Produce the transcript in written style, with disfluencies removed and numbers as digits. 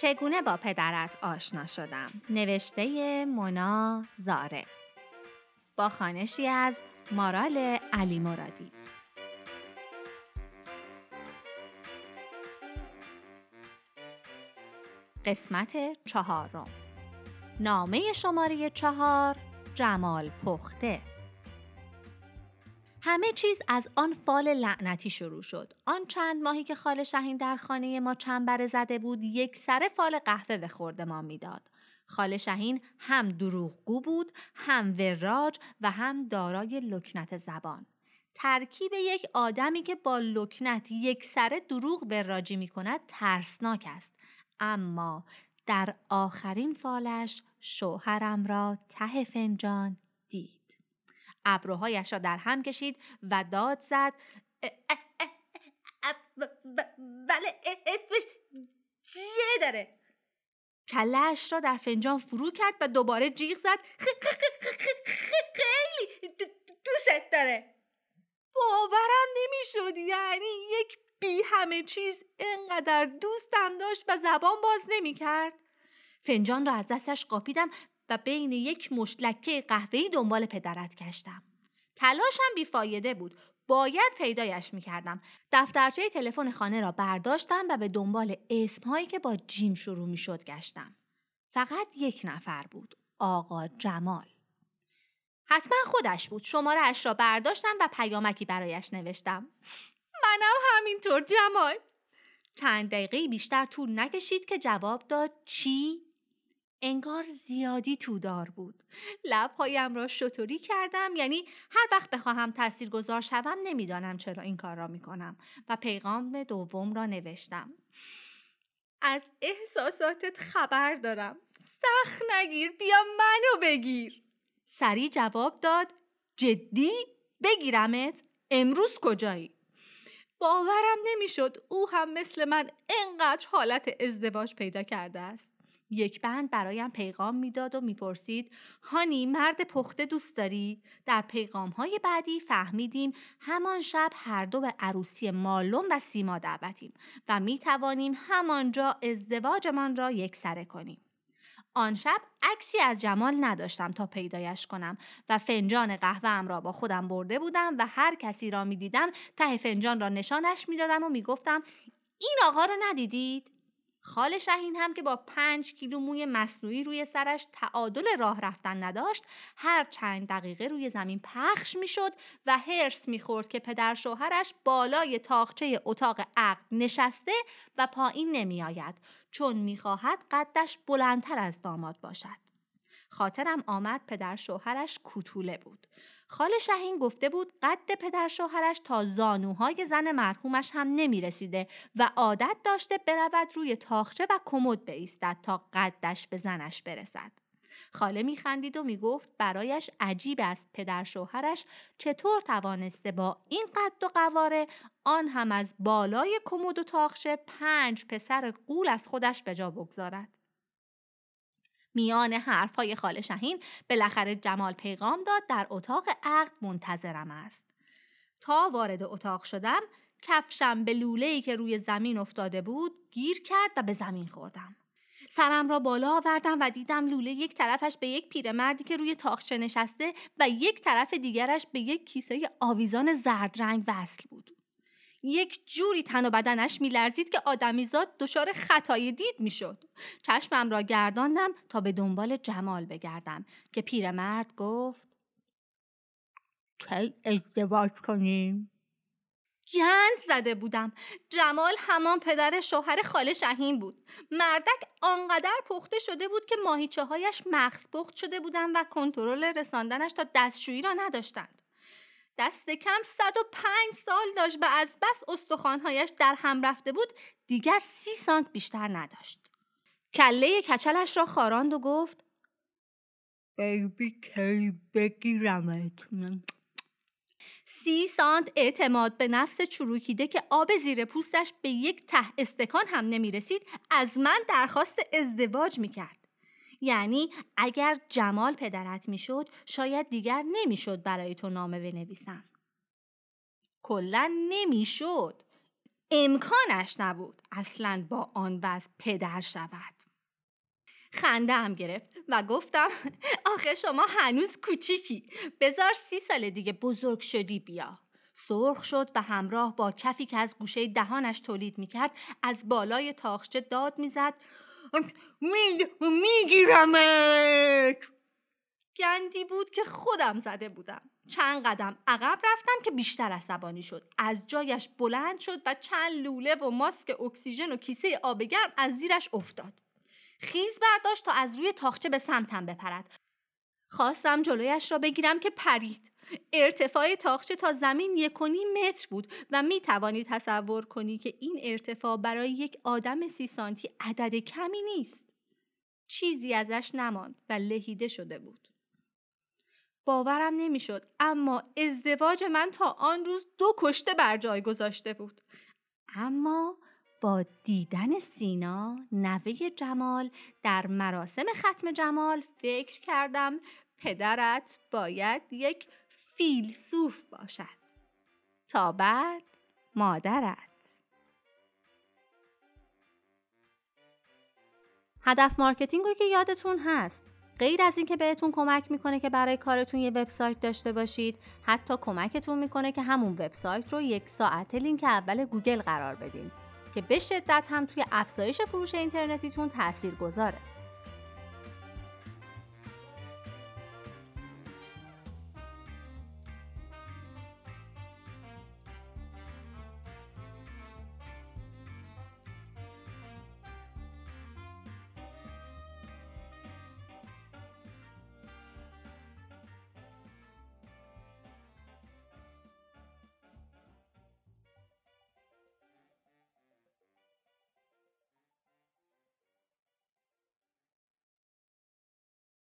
چگونه با پدرت آشنا شدم؟ نوشته مونا زاره، با خوانشی از مارال علی مرادی. قسمت 4. نامه شماره 4، جمال پخته. همه چیز از آن فال لعنتی شروع شد. آن چند ماهی که خاله شهین در خانه ما چنبره زده بود، یک سر فال قهوه به خورد ما میداد. خاله شهین هم دروغگو بود، هم وراج و هم دارای لکنت زبان. ترکیب یک آدمی که با لکنت یک سر دروغ وراجی می کند ترسناک است. اما در آخرین فالش شوهرم را ته فنجان دید. ابروهایش را در هم کشید و داد زد: بله، اسمش چیه داره؟ کله‌اش را در فنجان فرو کرد و دوباره جیغ زد: خیلی دوست داره. باورم نمیشد، یعنی یک بی همه چیز اینقدر دوستم داشت و زبان باز نمی کرد. فنجان را از دستش قاپیدم و بین یک مشت لکه قهوه‌ای دنبال پدرت گشتم. تلاشم بیفایده بود. باید پیدایش می‌کردم. دفترچه تلفن خانه را برداشتم و به دنبال اسم‌هایی که با جیم شروع می‌شد گشتم. فقط یک نفر بود: آقا جمال. حتما خودش بود. شماره اش را برداشتم و پیامکی برایش نوشتم: منم همینطور جمال. چند دقیقه بیشتر طول نکشید که جواب داد: چی؟ انگار زیادی تودار بود. لبهایم را شتری کردم، یعنی هر وقت بخواهم تاثیرگذار شوم نمیدانم چرا این کار را میکنم، و پیغام دوم را نوشتم: از احساساتت خبر دارم. سخت نگیر، بیا منو بگیر. سریع جواب داد: جدی؟ بگیرمت؟ امروز کجایی؟ باورم نمیشد او هم مثل من انقدر حالت ازدواج پیدا کرده است. یک بند برایم پیغام میداد و میپرسید: هانی، مرد پخته دوست داری؟ در پیغام‌های بعدی فهمیدیم همان شب هر دو به عروسی مالوم و سیما دعوتیم و میتوانیم همانجا ازدواجمان را یکسره کنیم. آن شب عکسی از جمال نداشتم تا پیدایش کنم و فنجان قهوه‌ام را با خودم برده بودم و هر کسی را میدیدم ته فنجان را نشانش میدادم و میگفتم: این آقا رو ندیدید؟ خاله شهین هم که با 5 کیلو موی مصنوعی روی سرش تعادل راه رفتن نداشت، هر چند دقیقه روی زمین پخش میشد و هرس میخورد که پدر شوهرش بالای تاقچه اتاق عقد نشسته و پایین نمیآید، چون میخواهد قدش بلندتر از داماد باشد. خاطرم آمد پدر شوهرش کوتوله بود. خاله شهین گفته بود قد پدر شوهرش تا زانوهای زن مرحومش هم نمی رسیده و عادت داشته برود روی تاقچه و کمد بایستد تا قدش به زنش برسد. خاله می خندید و می گفت برایش عجیب است پدر شوهرش چطور توانسته با این قد و قواره، آن هم از بالای کمد و تاقچه، 5 پسر غول از خودش به جا بگذارد. میان حرفهای خاله شهین بالاخره جمال پیغام داد در اتاق عقد منتظرم است. تا وارد اتاق شدم، کفشم به لوله‌ای که روی زمین افتاده بود گیر کرد و به زمین خوردم. سرم را بالا آوردم و دیدم لوله یک طرفش به یک پیرمردی که روی تاقچه نشسته و یک طرف دیگرش به یک کیسه آویزان زرد رنگ وصل بود. یک جوری تن و بدنش می‌لرزید که آدمیزاد دچار خطای دید میشد. چشمم را گرداندم تا به دنبال جمال بگردم که پیرمرد گفت: کی ازدواج کنیم؟ گند زده بودم. جمال همان پدر شوهر خاله شهین بود. مردک آنقدر پخته شده بود که ماهیچه‌هایش مغز پخت شده بودند و کنترل رساندنش تا دستشویی را نداشتند. دست کم 105 سال داشت و از بس استخوان‌هایش در هم رفته بود دیگر 30 سانت بیشتر نداشت. کله کچلش را خاراند و گفت: بیبی کی بگیرمت؟ 30 سانت اعتماد به نفس چروکیده که آب زیر پوستش به یک ته استکان هم نمی رسید از من درخواست ازدواج می کرد. یعنی اگر جمال پدرت می شد شاید دیگر نمی شد برای تو نامه بنویسم. کلن نمی شد. امکانش نبود اصلاً با آن وضع پدر شود. خنده هم گرفت و گفتم آخه شما هنوز کوچیکی، بذار 30 سال دیگه بزرگ شدی بیا. سرخ شد و همراه با کفی که از گوشه دهانش تولید میکرد از بالای تاقچه داد میزد میگیرمت. گندی بود که خودم زده بودم. چند قدم عقب رفتم که بیشتر عصبانی شد. از جایش بلند شد و چند لوله و ماسک اکسیژن و کیسه آب گرم از زیرش افتاد. خیز برداشت تا از روی تاقچه به سمتم بپرد. خواستم جلویش را بگیرم که پرید. ارتفاع تاقچه تا زمین 1.5 متر بود و می توانی تصور کنی که این ارتفاع برای یک آدم 30 سانتی عدد کمی نیست. چیزی ازش نماند و لهیده شده بود. باورم نمیشد، اما ازدواج من تا آن روز 2 کشته بر جای گذاشته بود. اما با دیدن سینا نوه جمال در مراسم ختم جمال فکر کردم پدرت باید یک فیلسوف باشد. تا بعد مادرت. هدف مارکتینگ رو که یادتون هست، غیر از این که بهتون کمک میکنه که برای کارتون یه وبسایت داشته باشید، حتی کمکتون میکنه که همون وبسایت رو 1 ساعته لینک اول گوگل قرار بدین که به شدت هم توی افزایش فروش اینترنتیتون تاثیرگذاره.